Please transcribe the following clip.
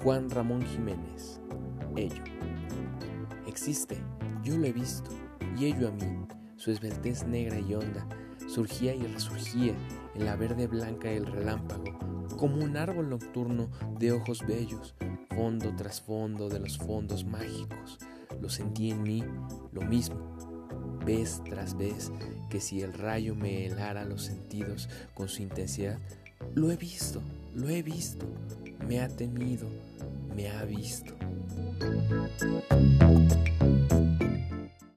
Juan Ramón Jiménez. Ello. Existe, yo lo he visto, y ello a mí, su esbeltez negra y honda, surgía y resurgía en la verde blanca del relámpago, como un árbol nocturno de ojos bellos, fondo tras fondo de los fondos mágicos. Lo sentí en mí, lo mismo, vez tras vez, que si el rayo me helara los sentidos con su intensidad. Lo he visto, me ha temido, me ha visto.